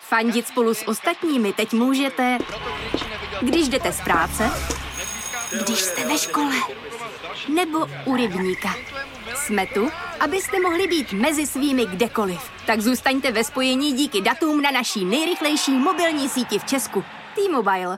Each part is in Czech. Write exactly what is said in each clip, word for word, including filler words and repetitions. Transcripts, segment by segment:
Fandit spolu s ostatními teď můžete, když jdete z práce, když jste ve škole, nebo u rybníka. Jsme tu, abyste mohli být mezi svými kdekoliv. Tak zůstaňte ve spojení díky datům na naší nejrychlejší mobilní síti v Česku. T-Mobile.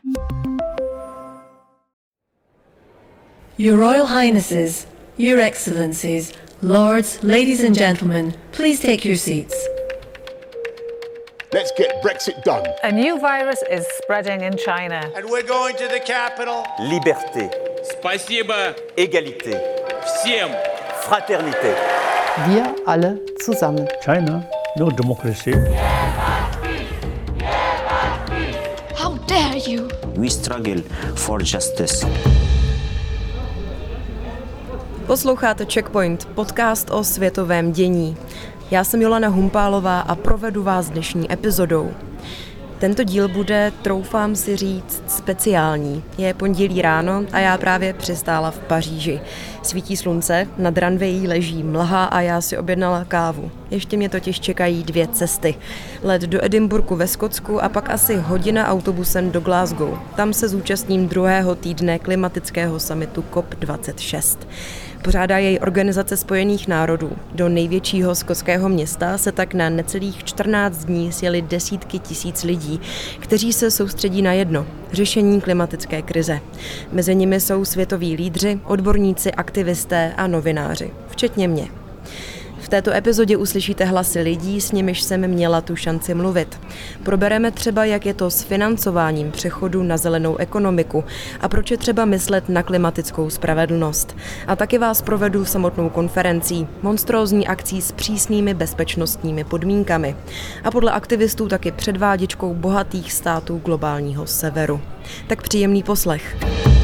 Your Royal Highnesses, Your Excellencies, Lords, Ladies and Gentlemen, please take your seats. Let's get Brexit done. A new virus is spreading in China. And we're going to the capital. Liberté. Спасибо. Égalité. Всем. Fraternité. Wir alle zusammen. China, no democracy. How dare you? We struggle for justice. Posloucháte Checkpoint, podcast o světovém dění. Já jsem Jolana Humpálová a provedu vás dnešní epizodou. Tento díl bude, troufám si říct, speciální. Je pondělí ráno a já právě přistála v Paříži. Svítí slunce, nad ranvejí leží mlha a já si objednala kávu. Ještě mě totiž čekají dvě cesty. Let do Edinburghu ve Skotsku a pak asi hodina autobusem do Glasgow. Tam se zúčastním druhého týdne klimatického summitu C O P dvacet šest. Pořádá jej Organizace spojených národů. Do největšího skotského města se tak na necelých čtrnáct dní sjeli desítky tisíc lidí, kteří se soustředí na jedno – řešení klimatické krize. Mezi nimi jsou světoví lídři, odborníci, aktivisté a novináři, včetně mě. V této epizodě uslyšíte hlasy lidí, s nimiž jsem měla tu šanci mluvit. Probereme třeba, jak je to s financováním přechodu na zelenou ekonomiku a proč je třeba myslet na klimatickou spravedlnost. A taky vás provedu samotnou konferencí, monstrózní akcí s přísnými bezpečnostními podmínkami. A podle aktivistů taky předváděčkou bohatých států globálního severu. Tak příjemný poslech.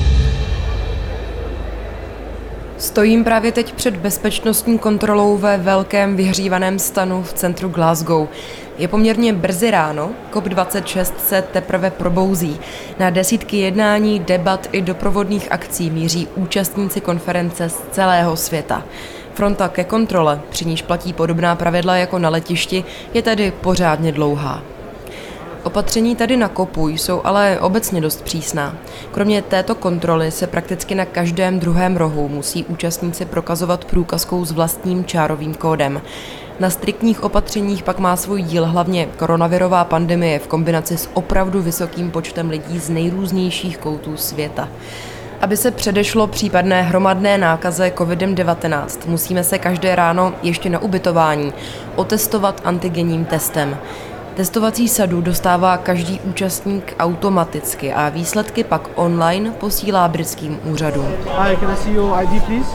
Stojím právě teď před bezpečnostní kontrolou ve velkém vyhřívaném stanu v centru Glasgow. Je poměrně brzy ráno, C O P dvacet šest se teprve probouzí. Na desítky jednání, debat i doprovodných akcí míří účastníci konference z celého světa. Fronta ke kontrole, při níž platí podobná pravidla jako na letišti, je tedy pořádně dlouhá. Opatření tady na kopu jsou ale obecně dost přísná. Kromě této kontroly se prakticky na každém druhém rohu musí účastníci prokazovat průkazkou s vlastním čárovým kódem. Na striktních opatřeních pak má svůj díl hlavně koronavirová pandemie v kombinaci s opravdu vysokým počtem lidí z nejrůznějších koutů světa. Aby se předešlo případné hromadné nákaze COVID devatenáct, musíme se každé ráno ještě na ubytování otestovat antigenním testem. Testovací sadu dostává každý účastník automaticky a výsledky pak online posílá britským úřadům. Hi, can I see your I D, please?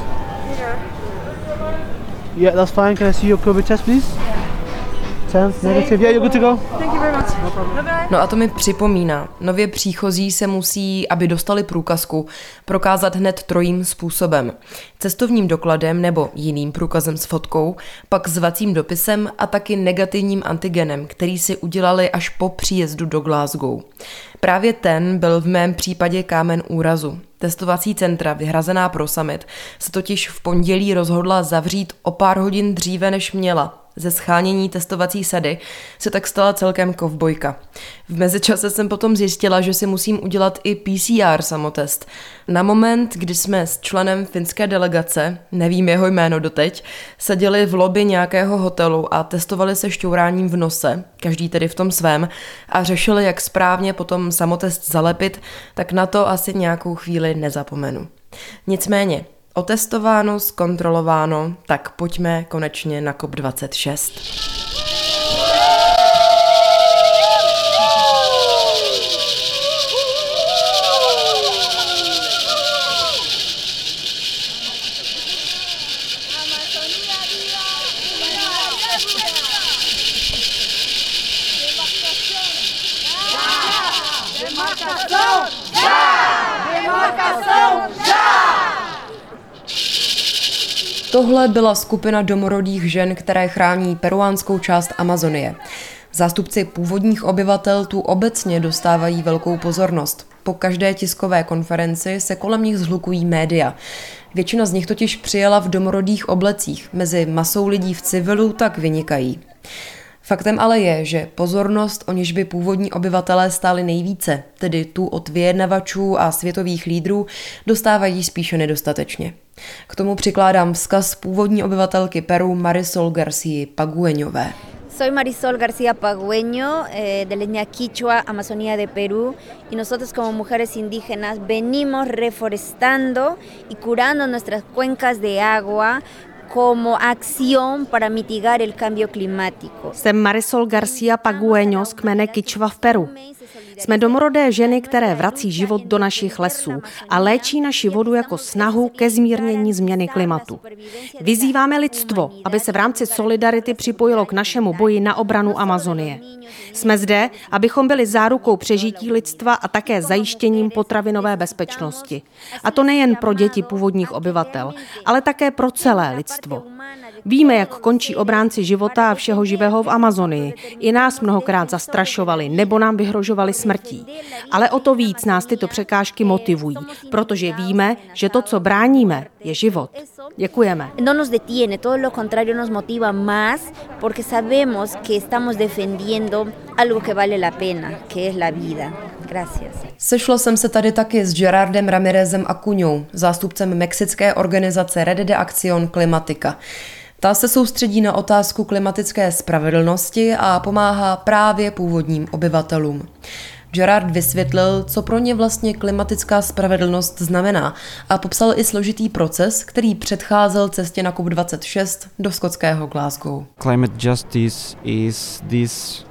Yeah, that's fine. Can I see your COVID test, please? Tenth, negative. Yeah, you're good to go. Thank you very much. No problem. No a to mi připomíná. Nově příchozí se musí, aby dostali průkazku, prokázat hned trojím způsobem. Cestovním dokladem nebo jiným průkazem s fotkou, pak zvacím dopisem a taky negativním antigenem, který si udělali až po příjezdu do Glasgow. Právě ten byl v mém případě kámen úrazu. Testovací centra vyhrazená pro summit se totiž v pondělí rozhodla zavřít o pár hodin dříve, než měla. Ze schánění testovací sady se tak stala celkem kovbojka. V mezičase jsem potom zjistila, že si musím udělat i P C R samotest. Na moment, kdy jsme s členem finské delegace, nevím jeho jméno doteď, seděli v lobby nějakého hotelu a testovali se šťouráním v nose, každý tedy v tom svém, a řešili, jak správně potom samotest zalepit, tak na to asi nějakou chvíli nezapomenu. Nicméně, otestováno, zkontrolováno, tak pojďme konečně na C O P dvacet šest. Tohle byla skupina domorodých žen, které chrání peruánskou část Amazonie. Zástupci původních obyvatel tu obecně dostávají velkou pozornost. Po každé tiskové konferenci se kolem nich shlukují média. Většina z nich totiž přijela v domorodých oblecích, mezi masou lidí v civilu tak vynikají. Faktem ale je, že pozornost, o níž by původní obyvatelé stáli nejvíce, tedy tu od vyjednavačů a světových lídrů, dostávají spíše nedostatečně. K tomu přikládám vzkaz původní obyvatelky Peru Marisol García Pagüeñové. Soy Marisol García Pagüeño, eh, de la etnia Quichua, Amazonía de Perú, y nosotros como mujeres indígenas venimos reforestando y curando nuestras cuencas de agua como acción para mitigar el cambio climático. Jsem Marisol García Pagüeño z kmene Quichua v Peru. Jsme domorodé ženy, které vrací život do našich lesů a léčí naši vodu jako snahu ke zmírnění změny klimatu. Vyzýváme lidstvo, aby se v rámci solidarity připojilo k našemu boji na obranu Amazonie. Jsme zde, abychom byli zárukou přežití lidstva a také zajištěním potravinové bezpečnosti. A to nejen pro děti původních obyvatel, ale také pro celé lidstvo. Víme, jak končí obránci života a všeho živého v Amazonii. I nás mnohokrát zastrašovali nebo nám vyhrožovali smrtí. Ale o to víc nás tyto překážky motivují, protože víme, že to, co bráníme, je život. Děkujeme. No nos detiene, todo lo contrario nos motiva más, porque sabemos que estamos defendiendo algo que vale la pena, que es la vida. Gracias. Sešla jsem se tady taky s Gerardem Ramirezem Acuñou, zástupcem mexické organizace Red de Acción Climática. Ta se soustředí na otázku klimatické spravedlnosti a pomáhá právě původním obyvatelům. Gerard vysvětlil, co pro ně vlastně klimatická spravedlnost znamená a popsal i složitý proces, který předcházel cestě na C O P dvacet šest do skotského Glasgow. Climate justice is this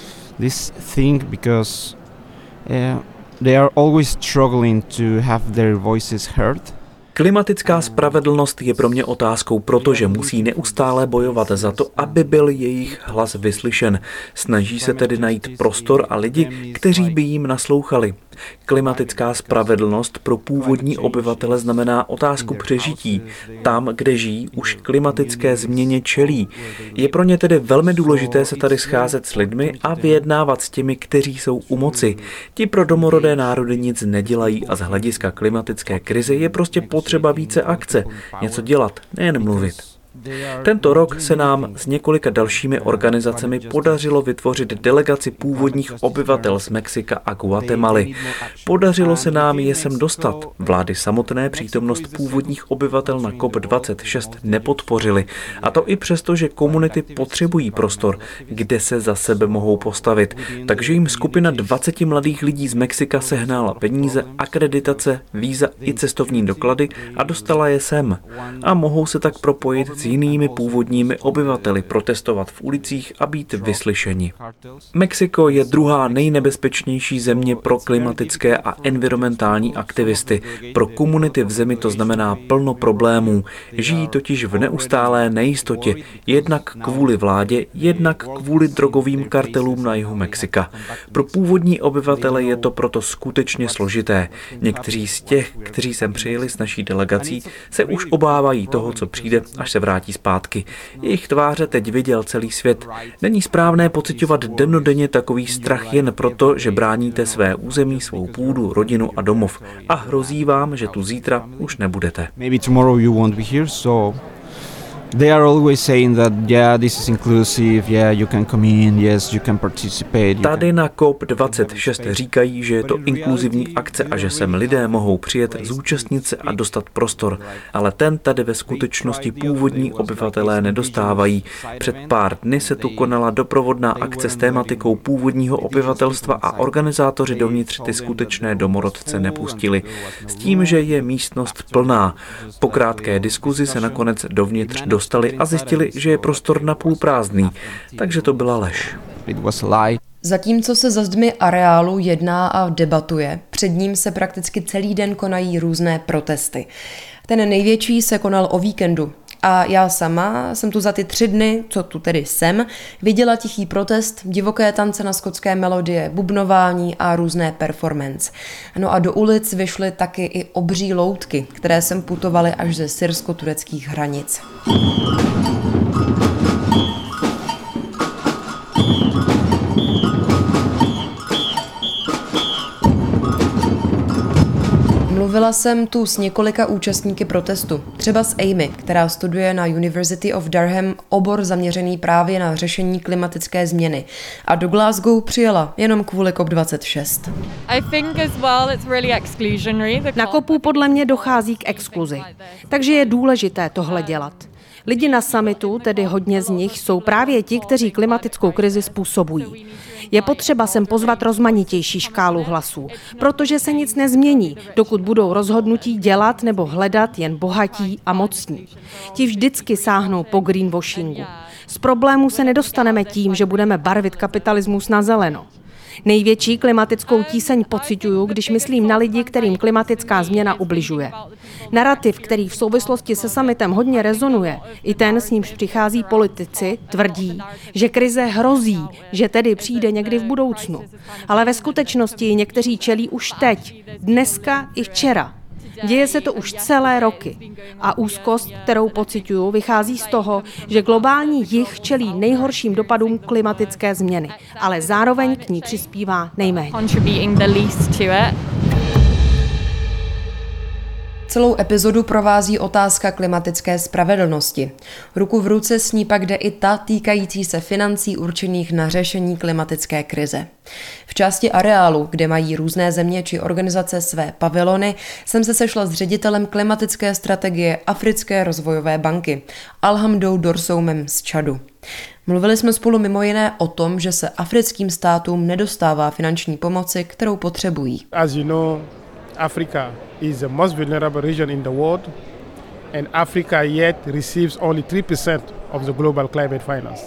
this thing because uh, they are always struggling to have their voices heard. Klimatická spravedlnost je pro mě otázkou, protože musí neustále bojovat za to, aby byl jejich hlas vyslyšen. Snaží se tedy najít prostor a lidi, kteří by jim naslouchali. Klimatická spravedlnost pro původní obyvatele znamená otázku přežití. Tam, kde žijí, už klimatické změně čelí. Je pro ně tedy velmi důležité se tady scházet s lidmi a vyjednávat s těmi, kteří jsou u moci. Ti pro domorodé národy nic nedělají a z hlediska klimatické krize je prostě potřeba více akce. Něco dělat, nejen mluvit. Tento rok se nám s několika dalšími organizacemi podařilo vytvořit delegaci původních obyvatel z Mexika a Guatemaly. Podařilo se nám je sem dostat. Vlády samotné přítomnost původních obyvatel na C O P dvacet šest nepodpořily. A to i přesto, že komunity potřebují prostor, kde se za sebe mohou postavit. Takže jim skupina dvacet mladých lidí z Mexika sehnála peníze, akreditace, víza i cestovní doklady a dostala je sem. A mohou se tak propojit s jinými původními obyvateli, protestovat v ulicích a být vyslyšeni. Mexiko je druhá nejnebezpečnější země pro klimatické a environmentální aktivisty. Pro komunity v zemi to znamená plno problémů. Žijí totiž v neustálé nejistotě, jednak kvůli vládě, jednak kvůli drogovým kartelům na jihu Mexika. Pro původní obyvatele je to proto skutečně složité. Někteří z těch, kteří sem přijeli s naší delegací, se už obávají toho, co přijde, až se vrátí zpátky. Jejich tváře teď viděl celý svět. Není správné pociťovat dennodenně takový strach jen proto, že bráníte své území, svou půdu, rodinu a domov. A hrozí vám, že tu zítra už nebudete. Maybe tomorrow you won't be here, so they are always saying that yeah, this is inclusive, yeah, you can come in, yes, you can participate. Tady na C O P dvacet šest říkají, že je to inkluzivní akce a že sem lidé mohou přijet, zúčastnit se a dostat prostor. Ale ten tady ve skutečnosti původní obyvatelé nedostávají. Před pár dny se tu konala doprovodná akce s tématikou původního obyvatelstva a organizátoři dovnitř ty skutečné domorodce nepustili. S tím, že je místnost plná. Po krátké diskuzi se nakonec dovnitř dostali. dostali a zjistili, že je prostor napůl prázdný, takže to byla lež. Zatímco se za zdmi areálu jedná a debatuje, před ním se prakticky celý den konají různé protesty. Ten největší se konal o víkendu. A já sama jsem tu za ty tři dny, co tu tedy jsem, viděla tichý protest, divoké tance na skotské melodie, bubnování a různé performance. No a do ulic vyšly taky i obří loutky, které sem putovaly až ze syrsko-tureckých hranic. Mluvila jsem tu s několika účastníky protestu, třeba s Amy, která studuje na University of Durham obor zaměřený právě na řešení klimatické změny a do Glasgow přijela jenom kvůli C O P dvacet šest. Na kopu podle mě dochází k exkluzi, takže je důležité tohle dělat. Lidi na summitu, tedy hodně z nich, jsou právě ti, kteří klimatickou krizi způsobují. Je potřeba sem pozvat rozmanitější škálu hlasů, protože se nic nezmění, dokud budou rozhodnutí dělat nebo hledat jen bohatí a mocní. Ti vždycky sáhnou po greenwashingu. Z problémů se nedostaneme tím, že budeme barvit kapitalismus na zeleno. Největší klimatickou tíseň pociťuju, když myslím na lidi, kterým klimatická změna ubližuje. Narativ, který v souvislosti se summitem hodně rezonuje, i ten, s nímž přichází politici, tvrdí, že krize hrozí, že tedy přijde někdy v budoucnu. Ale ve skutečnosti někteří čelí už teď, dneska i včera. Děje se to už celé roky. A úzkost, kterou pociťuju, vychází z toho, že globální jih čelí nejhorším dopadům klimatické změny, ale zároveň k ní přispívá nejméně. Celou epizodu provází otázka klimatické spravedlnosti. Ruku v ruce s ní pak jde i ta týkající se financí určených na řešení klimatické krize. V části areálu, kde mají různé země či organizace své pavilony, jsem se sešla s ředitelem klimatické strategie Africké rozvojové banky, Alhamdou Dorsoumem z Čadu. Mluvili jsme spolu mimo jiné o tom, že se africkým státům nedostává finanční pomoci, kterou potřebují. As you know, Africa is the most vulnerable region in the world, and Africa yet receives only three percent of the global climate finance.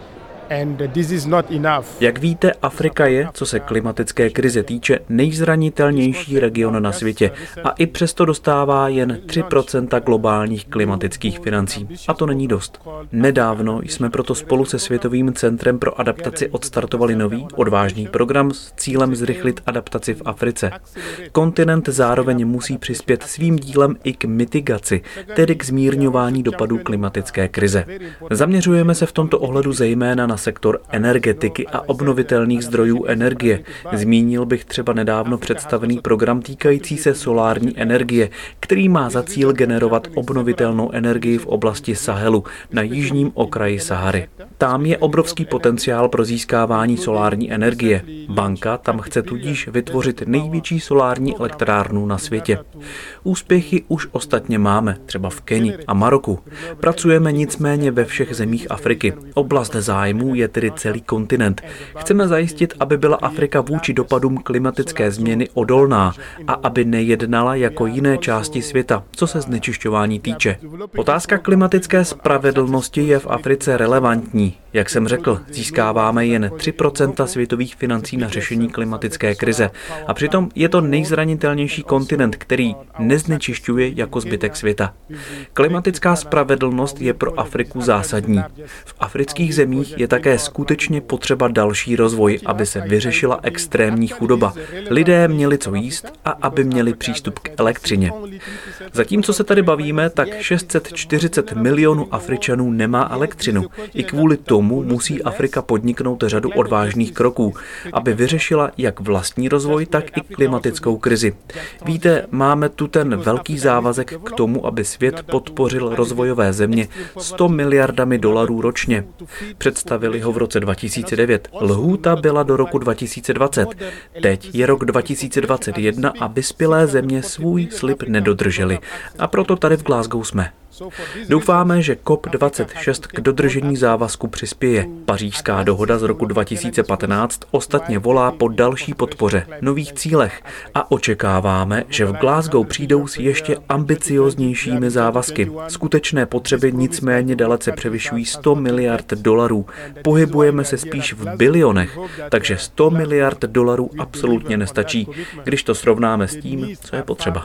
And this is not enough. Jak víte, Afrika je, co se klimatické krize týče, nejzranitelnější region na světě a i přesto dostává jen tři procenta globálních klimatických financí. A to není dost. Nedávno jsme proto spolu se Světovým centrem pro adaptaci odstartovali nový, odvážný program s cílem zrychlit adaptaci v Africe. Kontinent zároveň musí přispět svým dílem i k mitigaci, tedy k zmírňování dopadů klimatické krize. Zaměřujeme se v tomto ohledu zejména na sektor energetiky a obnovitelných zdrojů energie. Zmínil bych třeba nedávno představený program týkající se solární energie, který má za cíl generovat obnovitelnou energii v oblasti Sahelu na jižním okraji Sahary. Tam je obrovský potenciál pro získávání solární energie. Banka tam chce tudíž vytvořit největší solární elektrárnu na světě. Úspěchy už ostatně máme, třeba v Keni a Maroku. Pracujeme nicméně ve všech zemích Afriky. Oblast zájmu je tedy celý kontinent. Chceme zajistit, aby byla Afrika vůči dopadům klimatické změny odolná a aby nejednala jako jiné části světa, co se znečišťování týče. Otázka klimatické spravedlnosti je v Africe relevantní. Jak jsem řekl, získáváme jen tři procenta světových financí na řešení klimatické krize a přitom je to nejzranitelnější kontinent, který neznečišťuje jako zbytek světa. Klimatická spravedlnost je pro Afriku zásadní. V afrických zemích je také skutečně potřeba další rozvoj, aby se vyřešila extrémní chudoba. Lidé měli co jíst a aby měli přístup k elektřině. Zatímco se tady bavíme, tak šest set čtyřicet milionů Afričanů nemá elektřinu. I kvůli tomu musí Afrika podniknout řadu odvážných kroků, aby vyřešila jak vlastní rozvoj, tak i klimatickou krizi. Víte, máme tu ten velký závazek k tomu, aby svět podpořil rozvojové země sto miliardami dolarů ročně. Představili ho v roce dva tisíce devět. Lhůta byla do roku dva tisíce dvacet. Teď je rok dva tisíce dvacet jedna a vyspělé země svůj slib nedodržely. A proto tady v Glasgow jsme. Doufáme, že C O P dvacet šest k dodržení závazku přispěje. Pařížská dohoda z roku dva tisíce patnáct ostatně volá po další podpoře, nových cílech a očekáváme, že v Glasgow přijdou s ještě ambicioznějšími závazky. Skutečné potřeby nicméně dalece převyšují sto miliard dolarů. Pohybujeme se spíš v bilionech, takže sto miliard dolarů absolutně nestačí, když to srovnáme s tím, co je potřeba.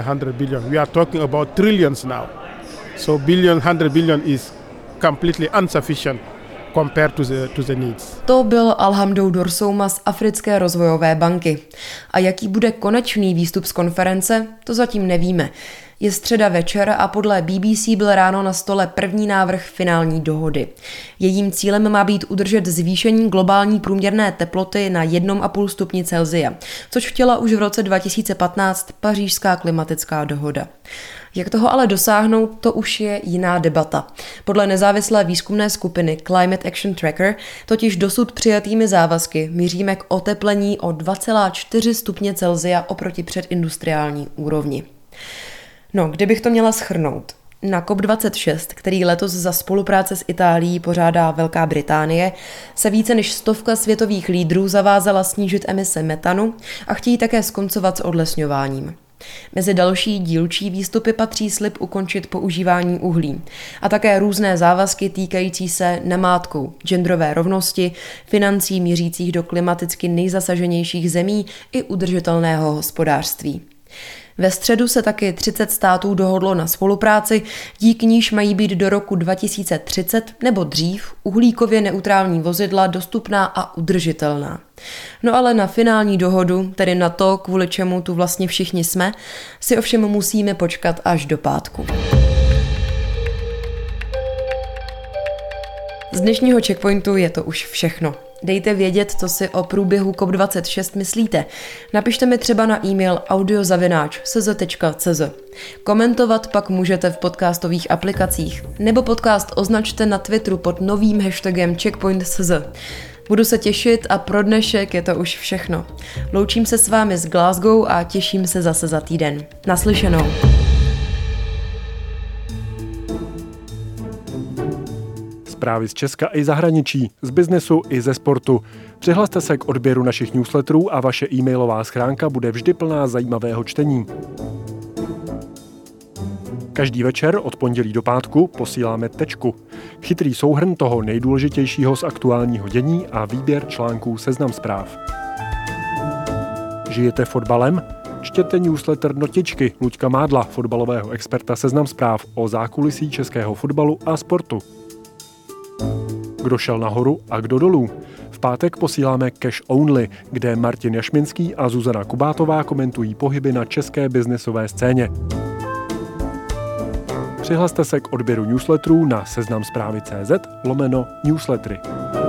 So billion, hundred billion is completely insufficient compared to the, to the needs. To byl Alhamdou Dorsouma z Africké rozvojové banky. A jaký bude konečný výstup z konference, to zatím nevíme. Je středa večer a podle B B C byl ráno na stole první návrh finální dohody. Jejím cílem má být udržet zvýšení globální průměrné teploty na jedna celá pět stupně Celsia, což chtěla už v roce dva tisíce patnáct Pařížská klimatická dohoda. Jak toho ale dosáhnout, to už je jiná debata. Podle nezávislé výzkumné skupiny Climate Action Tracker totiž dosud přijatými závazky míříme k oteplení o dva celá čtyři stupně Celsia oproti předindustriální úrovni. No, kdybych to měla shrnout. Na C O P dvacet šest, který letos za spolupráce s Itálií pořádá Velká Británie, se více než stovka světových lídrů zavázala snížit emise metanu a chtějí také skoncovat s odlesňováním. Mezi další dílčí výstupy patří slib ukončit používání uhlí a také různé závazky týkající se namátkou, genderové rovnosti, financí mířících do klimaticky nejzasaženějších zemí i udržitelného hospodářství. Ve středu se taky třicet států dohodlo na spolupráci, díky níž mají být do roku dva tisíce třicet nebo dřív uhlíkově neutrální vozidla dostupná a udržitelná. No ale na finální dohodu, tedy na to, kvůli čemu tu vlastně všichni jsme, si ovšem musíme počkat až do pátku. Z dnešního Checkpointu je to už všechno. Dejte vědět, co si o průběhu C O P dvacet šest myslíte. Napište mi třeba na e-mail audio zavináč s z tečka c z. Komentovat pak můžete v podcastových aplikacích, nebo podcast označte na Twitteru pod novým hashtagem Checkpoint S Z. Budu se těšit a pro dnešek je to už všechno. Loučím se s vámi z Glasgow a těším se zase za týden. Naslyšenou. Zprávy z Česka i zahraničí, z biznesu i ze sportu. Přihlaste se k odběru našich newsletterů a vaše e-mailová schránka bude vždy plná zajímavého čtení. Každý večer od pondělí do pátku posíláme Tečku. Chytrý souhrn toho nejdůležitějšího z aktuálního dění a výběr článků Seznam zpráv. Žijete fotbalem? Čtěte newsletter Notičky Luďka Mádla, fotbalového experta Seznam zpráv o zákulisí českého fotbalu a sportu. Kdo šel nahoru a kdo dolů? V pátek posíláme Cash Only, kde Martin Jašminský a Zuzana Kubátová komentují pohyby na české biznesové scéně. Přihlaste se k odběru newsletterů na seznamzprávy tečka cé zet lomeno newslettery.